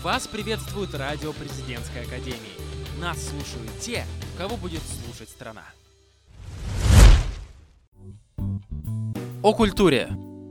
Вас приветствует радио Президентской академии. Нас слушают те, кого будет слушать страна. О культуре.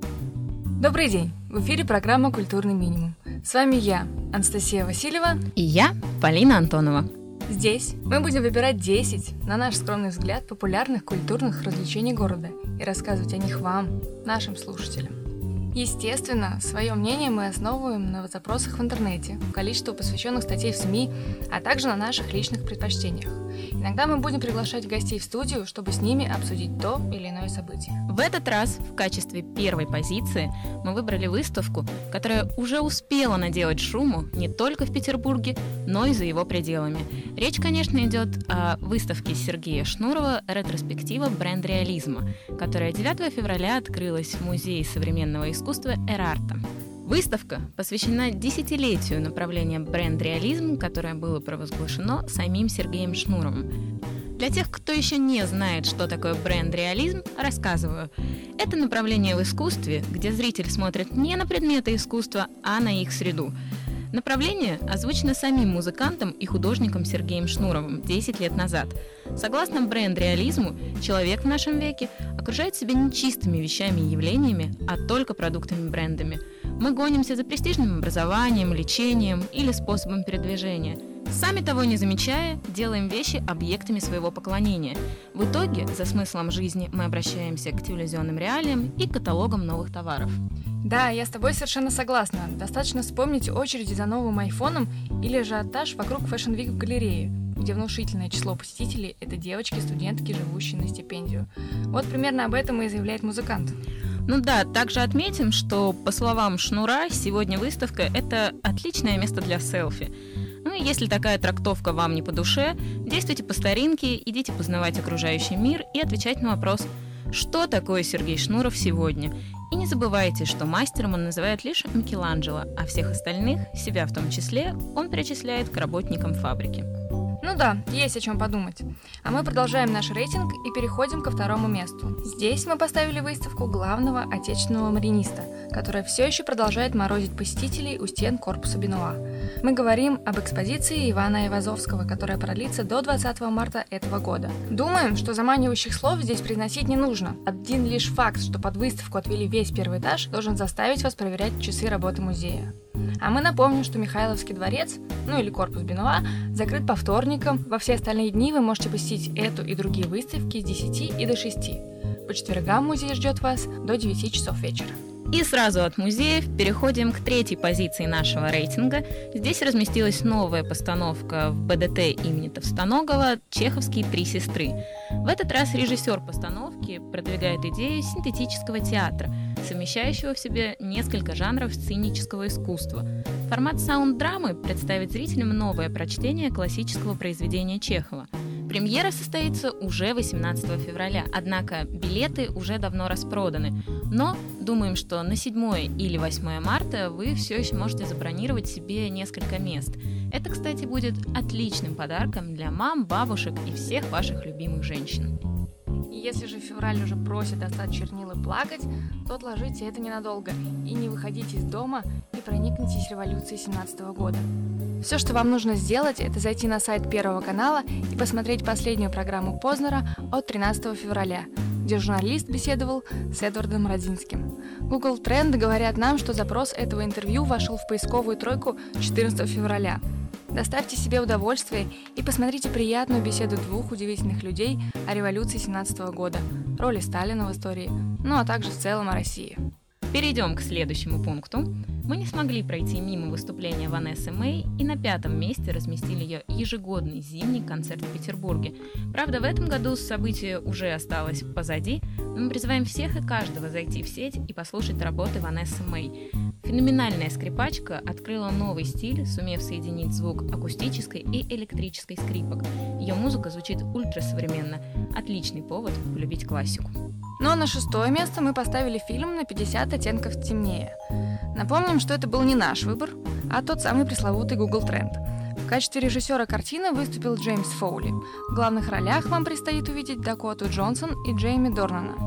Добрый день! В эфире программа «Культурный минимум». С вами я, Анастасия Васильева. И я, Полина Антонова. Здесь мы будем выбирать 10, на наш скромный взгляд, популярных культурных развлечений города и рассказывать о них вам, нашим слушателям. Естественно, свое мнение мы основываем на запросах в интернете, количеству посвященных статей в СМИ, а также на наших личных предпочтениях. Иногда мы будем приглашать гостей в студию, чтобы с ними обсудить то или иное событие. В этот раз в качестве первой позиции мы выбрали выставку, которая уже успела наделать шуму не только в Петербурге, но и за его пределами. Речь, конечно, идет о выставке Сергея Шнурова «Ретроспектива бренд-реализма», которая 9 февраля открылась в Музее современного искусства Эр-Арта. Выставка посвящена десятилетию направления бренд-реализм, которое было провозглашено самим Сергеем Шнуровым. Для тех, кто еще не знает, что такое бренд-реализм, рассказываю. Это направление в искусстве, где зритель смотрит не на предметы искусства, а на их среду. Направление озвучено самим музыкантом и художником Сергеем Шнуровым 10 лет назад. Согласно бренд-реализму, человек в нашем веке окружает себя не чистыми вещами и явлениями, а только продуктами-брендами. Мы гонимся за престижным образованием, лечением или способом передвижения. Сами того не замечая, делаем вещи объектами своего поклонения. В итоге, за смыслом жизни мы обращаемся к телевизионным реалиям и каталогам новых товаров. Да, я с тобой совершенно согласна. Достаточно вспомнить очереди за новым айфоном или ажиотаж вокруг Fashion Week в галерее, где внушительное число посетителей – это девочки-студентки, живущие на стипендию. Вот примерно об этом и заявляет музыкант. Ну да, также отметим, что, по словам Шнура, сегодня выставка – это отличное место для селфи. Ну и если такая трактовка вам не по душе, действуйте по старинке, идите познавать окружающий мир и отвечать на вопрос, что такое Сергей Шнуров сегодня. И не забывайте, что мастером он называет лишь Микеланджело, а всех остальных, себя в том числе, он причисляет к работникам фабрики. Ну да, есть о чем подумать. А мы продолжаем наш рейтинг и переходим ко второму месту. Здесь мы поставили выставку главного отечественного мариниста, которая все еще продолжает морозить посетителей у стен корпуса Бенуа. Мы говорим об экспозиции Ивана Айвазовского, которая продлится до 20 марта этого года. Думаем, что заманивающих слов здесь произносить не нужно. Один лишь факт, что под выставку отвели весь первый этаж, должен заставить вас проверять часы работы музея. А мы напомним, что Михайловский дворец, ну или корпус Бенуа, закрыт по вторникам. Во все остальные дни вы можете посетить эту и другие выставки с 10 и до 6. По четвергам музей ждет вас до 9 часов вечера. И сразу от музеев переходим к третьей позиции нашего рейтинга. Здесь разместилась новая постановка в БДТ имени Товстоногова «Чеховские три сестры». В этот раз режиссер постановки продвигает идею синтетического театра, совмещающего в себе несколько жанров сценического искусства. Формат саунд-драмы представит зрителям новое прочтение классического произведения Чехова. Премьера состоится уже 18 февраля, однако билеты уже давно распроданы. Но думаем, что на 7 или 8 марта вы все еще можете забронировать себе несколько мест. Это, кстати, будет отличным подарком для мам, бабушек и всех ваших любимых женщин. Если же февраль уже просит достать чернил и плакать, то отложите это ненадолго и не выходите из дома и проникнитесь революцией 17 года. Все, что вам нужно сделать, это зайти на сайт Первого канала и посмотреть последнюю программу Познера от 13 февраля, где журналист беседовал с Эдвардом Родзинским. Google Тренды говорят нам, что запрос этого интервью вошел в поисковую тройку 14 февраля. Доставьте себе удовольствие и посмотрите приятную беседу двух удивительных людей о революции 17 года, роли Сталина в истории, ну а также в целом о России. Перейдем к следующему пункту. Мы не смогли пройти мимо выступления Ванессы Мэй и на 5-м месте разместили ее ежегодный зимний концерт в Петербурге. Правда, в этом году событие уже осталось позади, но мы призываем всех и каждого зайти в сеть и послушать работы Ванессы Мэй. Феноменальная скрипачка открыла новый стиль, сумев соединить звук акустической и электрической скрипок. Ее музыка звучит ультрасовременно. Отличный повод полюбить классику. Ну а на 6-е место мы поставили фильм «На 50 оттенков темнее». Напомним, что это был не наш выбор, а тот самый пресловутый Google Тренд. В качестве режиссера картины выступил Джеймс Фоули. В главных ролях вам предстоит увидеть Дакоту Джонсон и Джейми Дорнана.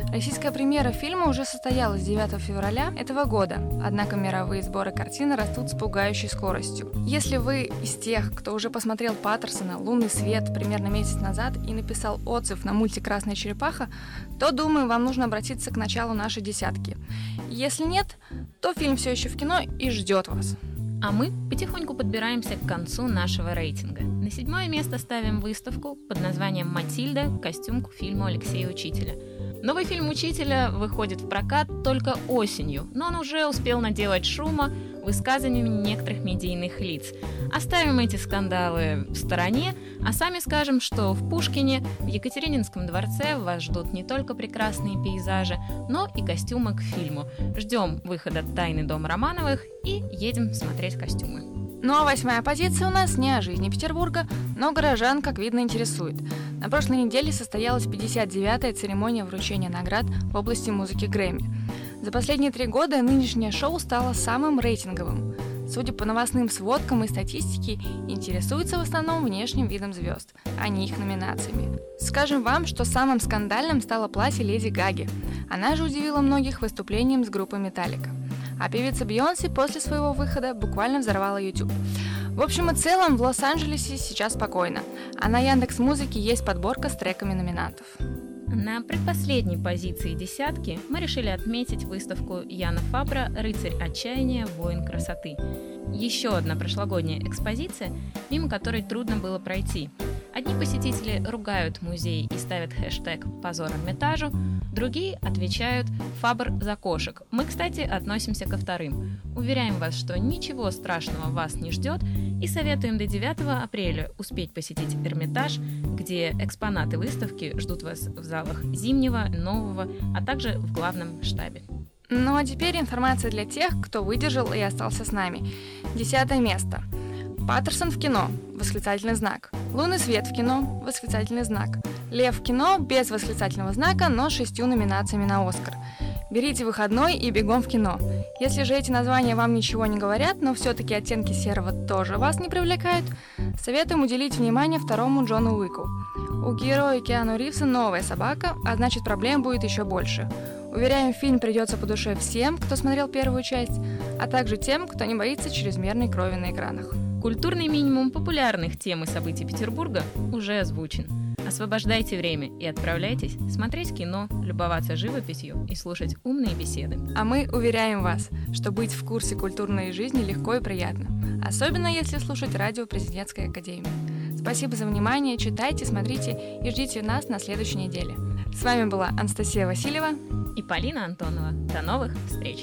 Российская премьера фильма уже состоялась 9 февраля этого года, однако мировые сборы картины растут с пугающей скоростью. Если вы из тех, кто уже посмотрел Паттерсона «Лунный свет» примерно месяц назад и написал отзыв на мультик «Красная черепаха», то, думаю, вам нужно обратиться к началу нашей десятки. Если нет, то фильм все еще в кино и ждет вас. А мы потихоньку подбираемся к концу нашего рейтинга. На 7-е место ставим выставку под названием «Матильда. Костюм к фильму Алексея Учителя». Новый фильм «Учителя» выходит в прокат только осенью, но он уже успел наделать шума высказываниями некоторых медийных лиц. Оставим эти скандалы в стороне, а сами скажем, что в Пушкине, в Екатерининском дворце вас ждут не только прекрасные пейзажи, но и костюмы к фильму. Ждем выхода «Тайный дом Романовых» и едем смотреть костюмы. Ну а 8-я позиция у нас не о жизни Петербурга, но горожан, как видно, интересует. На прошлой неделе состоялась 59-я церемония вручения наград в области музыки Грэмми. За последние 3 года нынешнее шоу стало самым рейтинговым. Судя по новостным сводкам и статистике, интересуется в основном внешним видом звезд, а не их номинациями. Скажем вам, что самым скандальным стало платье Леди Гаги. Она же удивила многих выступлением с группой Металлика. А певица Бейонсе после своего выхода буквально взорвала YouTube. В общем и целом, в Лос-Анджелесе сейчас спокойно, а на Яндекс.Музыке есть подборка с треками номинантов. На предпоследней позиции десятки мы решили отметить выставку Яна Фабра «Рыцарь отчаяния. Воин красоты». Еще одна прошлогодняя экспозиция, мимо которой трудно было пройти. Одни посетители ругают музей и ставят хэштег «Позор Эрмитажу», другие отвечают «Фабр за кошек». Мы, кстати, относимся ко вторым. Уверяем вас, что ничего страшного вас не ждет, и советуем до 9 апреля успеть посетить Эрмитаж, где экспонаты выставки ждут вас в залах Зимнего, Нового, а также в главном штабе. Ну а теперь информация для тех, кто выдержал и остался с нами. 10 место. Паттерсон в кино, восклицательный знак. Лунный свет в кино, восклицательный знак. Лев в кино без восклицательного знака, но с 6 номинациями на Оскар. Берите выходной и бегом в кино. Если же эти названия вам ничего не говорят, но все-таки оттенки серого тоже вас не привлекают, советуем уделить внимание второму Джону Уику. У героя Киану Ривза новая собака, а значит проблем будет еще больше. Уверяем, фильм придется по душе всем, кто смотрел первую часть, а также тем, кто не боится чрезмерной крови на экранах. Культурный минимум популярных тем и событий Петербурга уже озвучен. Освобождайте время и отправляйтесь смотреть кино, любоваться живописью и слушать умные беседы. А мы уверяем вас, что быть в курсе культурной жизни легко и приятно, особенно если слушать радио Президентской академии. Спасибо за внимание, читайте, смотрите и ждите нас на следующей неделе. С вами была Анастасия Васильева и Полина Антонова. До новых встреч!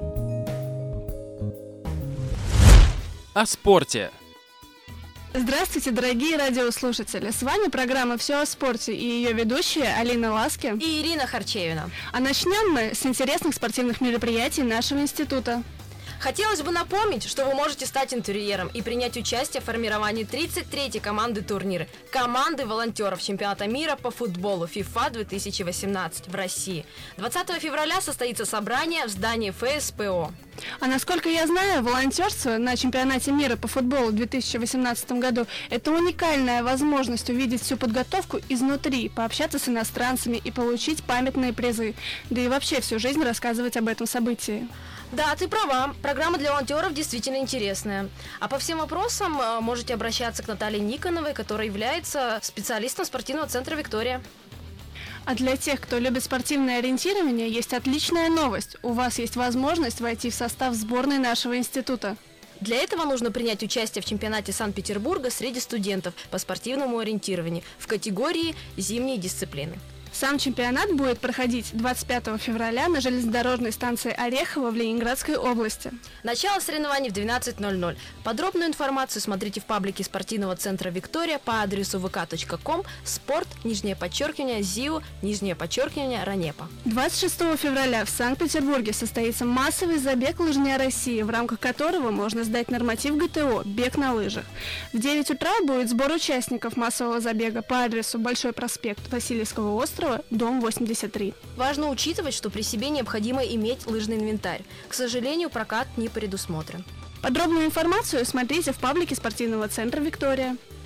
О спорте. Здравствуйте, дорогие радиослушатели! С вами программа «Все о спорте» и ее ведущие Алина Ласки и Ирина Харчевина. А начнем мы с интересных спортивных мероприятий нашего института. Хотелось бы напомнить, что вы можете стать интерьером и принять участие в формировании 33-й команды турнира команды волонтеров чемпионата мира по футболу FIFA 2018 в России. 20 февраля состоится собрание в здании ФСПО. А насколько я знаю, волонтерство на чемпионате мира по футболу в 2018 году – это уникальная возможность увидеть всю подготовку изнутри, пообщаться с иностранцами и получить памятные призы, да и вообще всю жизнь рассказывать об этом событии. Да, ты права. Программа для волонтеров действительно интересная. А по всем вопросам можете обращаться к Наталье Никоновой, которая является специалистом спортивного центра «Виктория». А для тех, кто любит спортивное ориентирование, есть отличная новость. У вас есть возможность войти в состав сборной нашего института. Для этого нужно принять участие в чемпионате Санкт-Петербурга среди студентов по спортивному ориентированию в категории «Зимние дисциплины». Сам чемпионат будет проходить 25 февраля на железнодорожной станции Орехово в Ленинградской области. Начало соревнований в 12:00. Подробную информацию смотрите в паблике спортивного центра «Виктория» по адресу vk.com sport_ziu_Ранепа. 26 февраля в Санкт-Петербурге состоится массовый забег «Лыжня России», в рамках которого можно сдать норматив ГТО «Бег на лыжах». В 9 утра будет сбор участников массового забега по адресу Большой проспект Васильевского острова, дом 83. Важно учитывать, что при себе необходимо иметь лыжный инвентарь. К сожалению, прокат не предусмотрен. Подробную информацию смотрите в паблике спортивного центра «Виктория».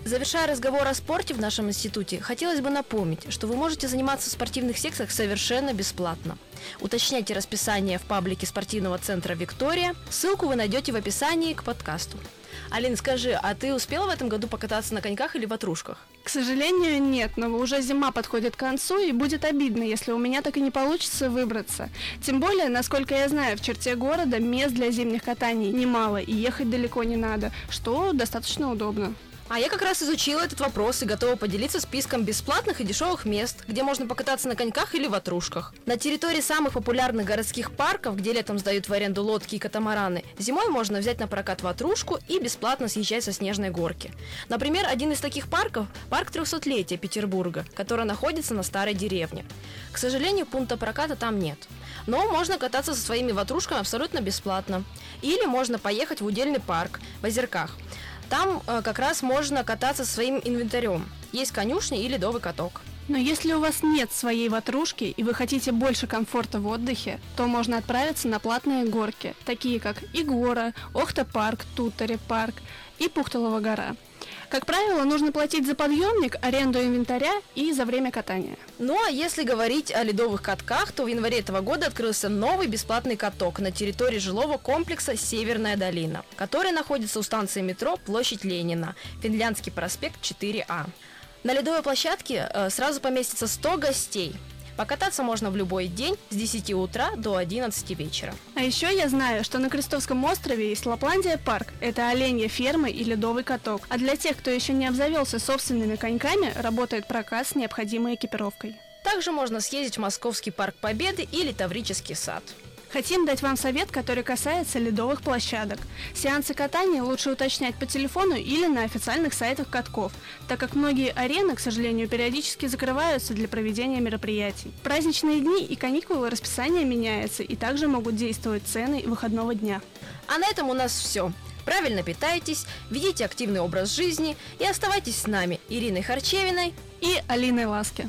Завершая разговор о спорте в нашем институте, хотелось бы напомнить, что вы можете заниматься в спортивных секциях совершенно бесплатно. Уточняйте расписание в паблике спортивного центра «Виктория». Ссылку вы найдете в описании к подкасту. Алин, скажи, а ты успела в этом году покататься на коньках или ватрушках? К сожалению, нет, но уже зима подходит к концу, и будет обидно, если у меня так и не получится выбраться. Тем более, насколько я знаю, в черте города мест для зимних катаний немало, и ехать далеко не надо, что достаточно удобно. А я как раз изучила этот вопрос и готова поделиться списком бесплатных и дешевых мест, где можно покататься на коньках или ватрушках. На территории самых популярных городских парков, где летом сдают в аренду лодки и катамараны, зимой можно взять на прокат ватрушку и бесплатно съезжать со снежной горки. Например, один из таких парков – парк 300-летия Петербурга, который находится на старой деревне. К сожалению, пункта проката там нет. Но можно кататься со своими ватрушками абсолютно бесплатно. Или можно поехать в удельный парк в Озерках. Там как раз можно кататься своим инвентарем. Есть конюшня и ледовый каток. Но если у вас нет своей ватрушки и вы хотите больше комфорта в отдыхе, то можно отправиться на платные горки, такие как Игора, Охта-парк, Туттари-парк и Пухталова гора. Как правило, нужно платить за подъемник, аренду инвентаря и за время катания. Ну а если говорить о ледовых катках, то в январе этого года открылся новый бесплатный каток на территории жилого комплекса «Северная долина», который находится у станции метро Площадь Ленина, Финляндский проспект 4А. На ледовой площадке сразу поместится 100 гостей. Покататься можно в любой день с 10 утра до 11 вечера. А еще я знаю, что на Крестовском острове есть Лапландия парк. Это оленья фермы и ледовый каток. А для тех, кто еще не обзавелся собственными коньками, работает прокат с необходимой экипировкой. Также можно съездить в Московский парк Победы или Таврический сад. Хотим дать вам совет, который касается ледовых площадок. Сеансы катания лучше уточнять по телефону или на официальных сайтах катков, так как многие арены, к сожалению, периодически закрываются для проведения мероприятий. В праздничные дни и каникулы расписание меняется, и также могут действовать цены выходного дня. А на этом у нас все. Правильно питайтесь, ведите активный образ жизни и оставайтесь с нами, Ириной Харчевиной и Алиной Ласки.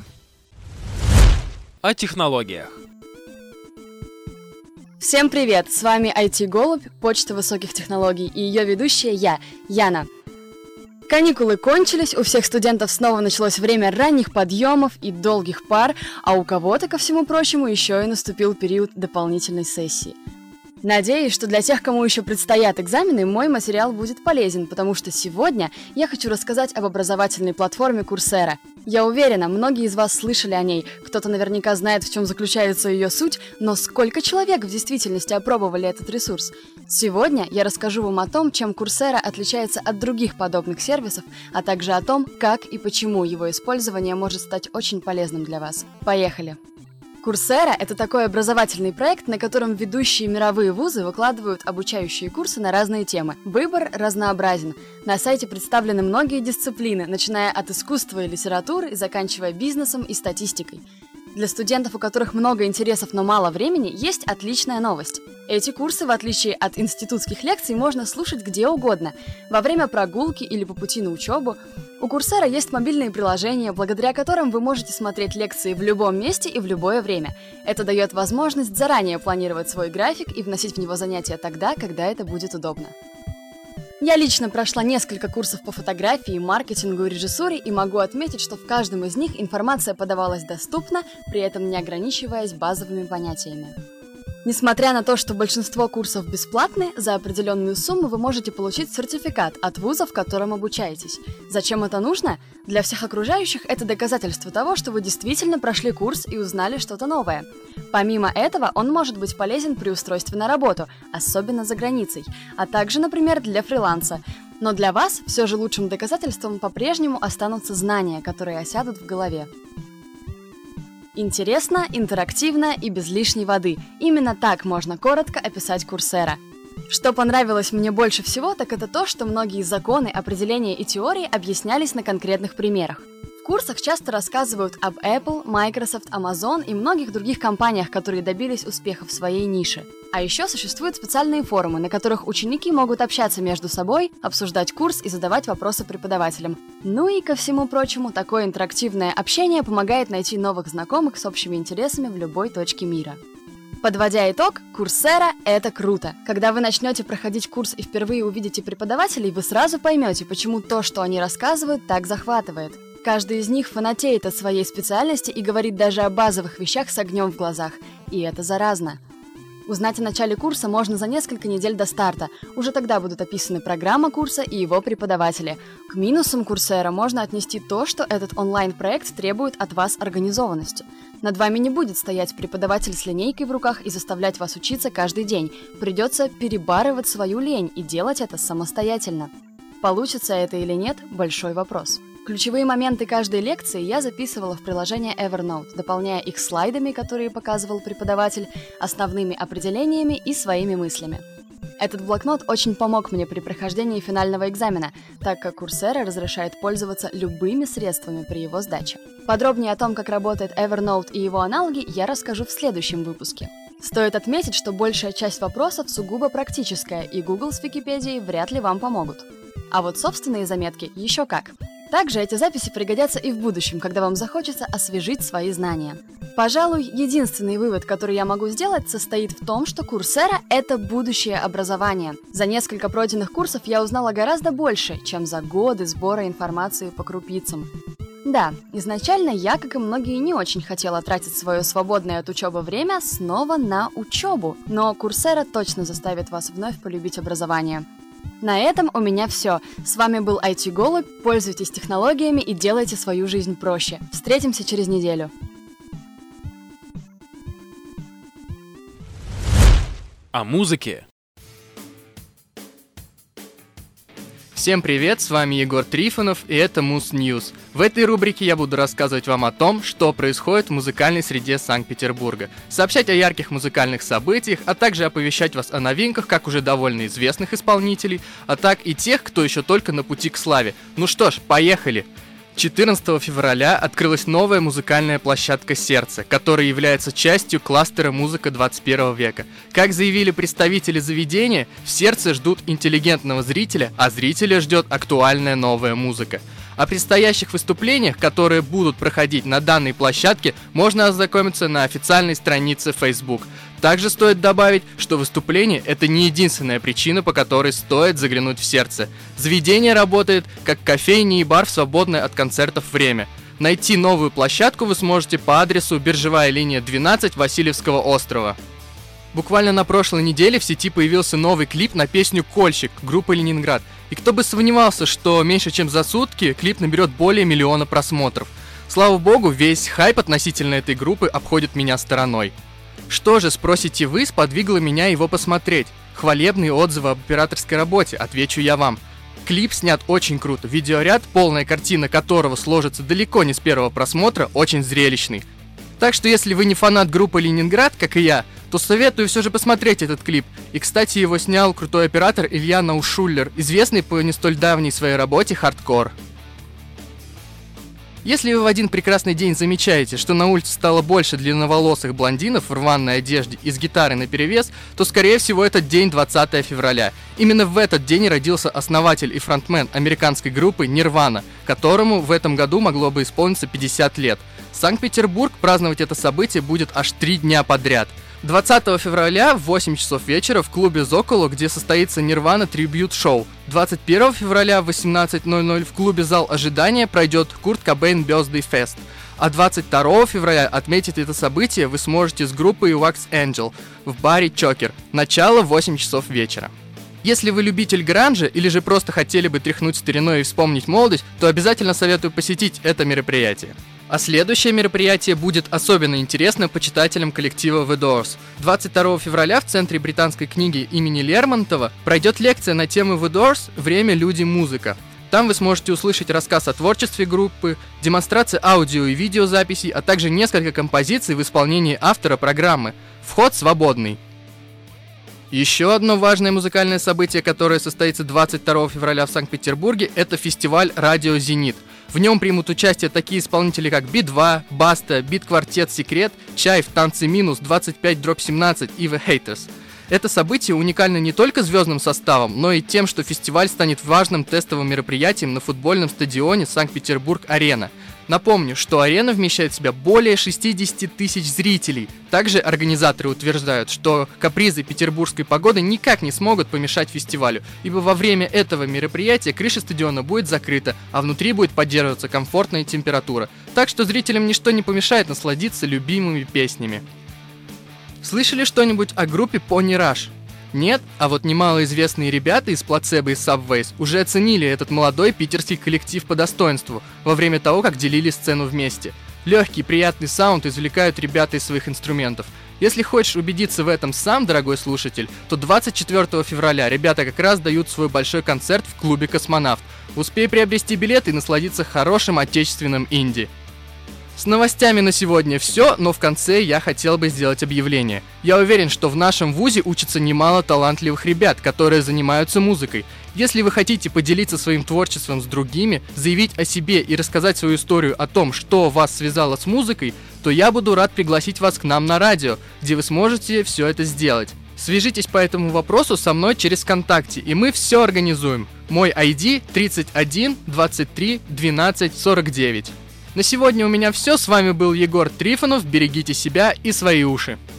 О технологиях. Всем привет! С вами IT-голубь, почта высоких технологий, и ее ведущая я, Яна. Каникулы кончились, у всех студентов снова началось время ранних подъемов и долгих пар, а у кого-то, ко всему прочему, еще и наступил период дополнительной сессии. Надеюсь, что для тех, кому еще предстоят экзамены, мой материал будет полезен, потому что сегодня я хочу рассказать об образовательной платформе Coursera. Я уверена, многие из вас слышали о ней, кто-то наверняка знает, в чем заключается ее суть, но сколько человек в действительности опробовали этот ресурс? Сегодня я расскажу вам о том, чем Coursera отличается от других подобных сервисов, а также о том, как и почему его использование может стать очень полезным для вас. Поехали! Coursera – это такой образовательный проект, на котором ведущие мировые вузы выкладывают обучающие курсы на разные темы. Выбор разнообразен. На сайте представлены многие дисциплины, начиная от искусства и литературы и заканчивая бизнесом и статистикой. Для студентов, у которых много интересов, но мало времени, есть отличная новость. Эти курсы, в отличие от институтских лекций, можно слушать где угодно, во время прогулки или по пути на учебу. У Coursera есть мобильные приложения, благодаря которым вы можете смотреть лекции в любом месте и в любое время. Это дает возможность заранее планировать свой график и вносить в него занятия тогда, когда это будет удобно. Я лично прошла несколько курсов по фотографии, маркетингу и режиссуре и могу отметить, что в каждом из них информация подавалась доступно, при этом не ограничиваясь базовыми понятиями. Несмотря на то, что большинство курсов бесплатны, за определенную сумму вы можете получить сертификат от вуза, в котором обучаетесь. Зачем это нужно? Для всех окружающих это доказательство того, что вы действительно прошли курс и узнали что-то новое. Помимо этого, он может быть полезен при устройстве на работу, особенно за границей, а также, например, для фриланса. Но для вас все же лучшим доказательством по-прежнему останутся знания, которые осядут в голове. Интересно, интерактивно и без лишней воды. Именно так можно коротко описать Coursera. Что понравилось мне больше всего, так это то, что многие законы, определения и теории объяснялись на конкретных примерах. В курсах часто рассказывают об Apple, Microsoft, Amazon и многих других компаниях, которые добились успеха в своей нише. А еще существуют специальные форумы, на которых ученики могут общаться между собой, обсуждать курс и задавать вопросы преподавателям. Ну и, ко всему прочему, такое интерактивное общение помогает найти новых знакомых с общими интересами в любой точке мира. Подводя итог, Coursera — это круто. Когда вы начнете проходить курс и впервые увидите преподавателей, вы сразу поймете, почему то, что они рассказывают, так захватывает. Каждый из них фанатеет от своей специальности и говорит даже о базовых вещах с огнем в глазах. И это заразно. Узнать о начале курса можно за несколько недель до старта. Уже тогда будут описаны программа курса и его преподаватели. К минусам Coursera можно отнести то, что этот онлайн-проект требует от вас организованности. Над вами не будет стоять преподаватель с линейкой в руках и заставлять вас учиться каждый день. Придется перебарывать свою лень и делать это самостоятельно. Получится это или нет – большой вопрос. Ключевые моменты каждой лекции я записывала в приложение Evernote, дополняя их слайдами, которые показывал преподаватель, основными определениями и своими мыслями. Этот блокнот очень помог мне при прохождении финального экзамена, так как Coursera разрешает пользоваться любыми средствами при его сдаче. Подробнее о том, как работает Evernote и его аналоги, я расскажу в следующем выпуске. Стоит отметить, что большая часть вопросов сугубо практическая, и Google с Википедией вряд ли вам помогут. А вот собственные заметки еще как. Также эти записи пригодятся и в будущем, когда вам захочется освежить свои знания. Пожалуй, единственный вывод, который я могу сделать, состоит в том, что Coursera — это будущее образование. За несколько пройденных курсов я узнала гораздо больше, чем за годы сбора информации по крупицам. Да, изначально я, как и многие, не очень хотела тратить свое свободное от учебы время снова на учебу, но Coursera точно заставит вас вновь полюбить образование. На этом у меня все. С вами был IT-голубь, пользуйтесь технологиями и делайте свою жизнь проще. Встретимся через неделю. О музыке. Всем привет, с вами Егор Трифонов, и это Муз Ньюс. В этой рубрике я буду рассказывать вам о том, что происходит в музыкальной среде Санкт-Петербурга, сообщать о ярких музыкальных событиях, а также оповещать вас о новинках как уже довольно известных исполнителей, а так и тех, кто еще только на пути к славе. Ну что ж, поехали! 14 февраля открылась новая музыкальная площадка «Сердце», которая является частью кластера «Музыка 21 века». Как заявили представители заведения, в «Сердце» ждут интеллигентного зрителя, а зрителя ждет актуальная новая музыка. О предстоящих выступлениях, которые будут проходить на данной площадке, можно ознакомиться на официальной странице Facebook. Также стоит добавить, что выступление – это не единственная причина, по которой стоит заглянуть в «Сердце». Заведение работает как кофейня и бар в свободное от концертов время. Найти новую площадку вы сможете по адресу Биржевая линия 12 Васильевского острова. Буквально на прошлой неделе в сети появился новый клип на песню «Кольщик» группы «Ленинград». И кто бы сомневался, что меньше чем за сутки клип наберет более 1 миллиона просмотров. Слава богу, весь хайп относительно этой группы обходит меня стороной. Что же, спросите вы, сподвигло меня его посмотреть? Хвалебные отзывы об операторской работе, отвечу я вам. Клип снят очень круто, видеоряд, полная картина которого сложится далеко не с первого просмотра, очень зрелищный. Так что если вы не фанат группы «Ленинград», как и я, то советую все же посмотреть этот клип. И, кстати, его снял крутой оператор Илья Наушуллер, известный по не столь давней своей работе «Хардкор». Если вы в один прекрасный день замечаете, что на улице стало больше длинноволосых блондинов в рваной одежде и с гитарой наперевес, то, скорее всего, этот день 20 февраля. Именно в этот день родился основатель и фронтмен американской группы Nirvana, которому в этом году могло бы исполниться 50 лет. Санкт-Петербург праздновать это событие будет аж 3 дня подряд. 20 февраля в 8 часов вечера в клубе «Зоколо», где состоится Nirvana Tribute Show. 21 февраля в 18:00 в клубе «Зал ожидания» пройдет Курт Кобейн Birthday Fest. А 22 февраля отметить это событие вы сможете с группой Wax Angel в баре «Чокер». Начало в 8 часов вечера. Если вы любитель гранжа или же просто хотели бы тряхнуть стариной и вспомнить молодость, то обязательно советую посетить это мероприятие. А следующее мероприятие будет особенно интересно почитателям коллектива The Doors. 22 февраля в Центре британской книги имени Лермонтова пройдет лекция на тему The Doors «Время, люди, музыка». Там вы сможете услышать рассказ о творчестве группы, демонстрации аудио и видеозаписей, а также несколько композиций в исполнении автора программы. Вход свободный. Еще одно важное музыкальное событие, которое состоится 22 февраля в Санкт-Петербурге, это фестиваль «Радио Зенит». В нем примут участие такие исполнители, как Би-2, Баста, Бит-квартет Секрет, Чайф, Танцы Минус, 25/17 и The Haters. Это событие уникально не только звездным составом, но и тем, что фестиваль станет важным тестовым мероприятием на футбольном стадионе Санкт-Петербург-Арена. Напомню, что арена вмещает в себя более 60 тысяч зрителей. Также организаторы утверждают, что капризы петербургской погоды никак не смогут помешать фестивалю, ибо во время этого мероприятия крыша стадиона будет закрыта, а внутри будет поддерживаться комфортная температура. Так что зрителям ничто не помешает насладиться любимыми песнями. Слышали что-нибудь о группе Pony Rush? Нет? А вот немалоизвестные ребята из Placebo и Subways уже оценили этот молодой питерский коллектив по достоинству во время того, как делили сцену вместе. Легкий, приятный саунд извлекают ребята из своих инструментов. Если хочешь убедиться в этом сам, дорогой слушатель, то 24 февраля ребята как раз дают свой большой концерт в клубе «Космонавт». Успей приобрести билеты и насладиться хорошим отечественным инди. С новостями на сегодня все, но в конце я хотел бы сделать объявление. Я уверен, что в нашем вузе учатся немало талантливых ребят, которые занимаются музыкой. Если вы хотите поделиться своим творчеством с другими, заявить о себе и рассказать свою историю о том, что вас связало с музыкой, то я буду рад пригласить вас к нам на радио, где вы сможете все это сделать. Свяжитесь по этому вопросу со мной через ВКонтакте, и мы все организуем. Мой ID 31 23 12 49. На сегодня у меня все. С вами был Егор Трифонов. Берегите себя и свои уши.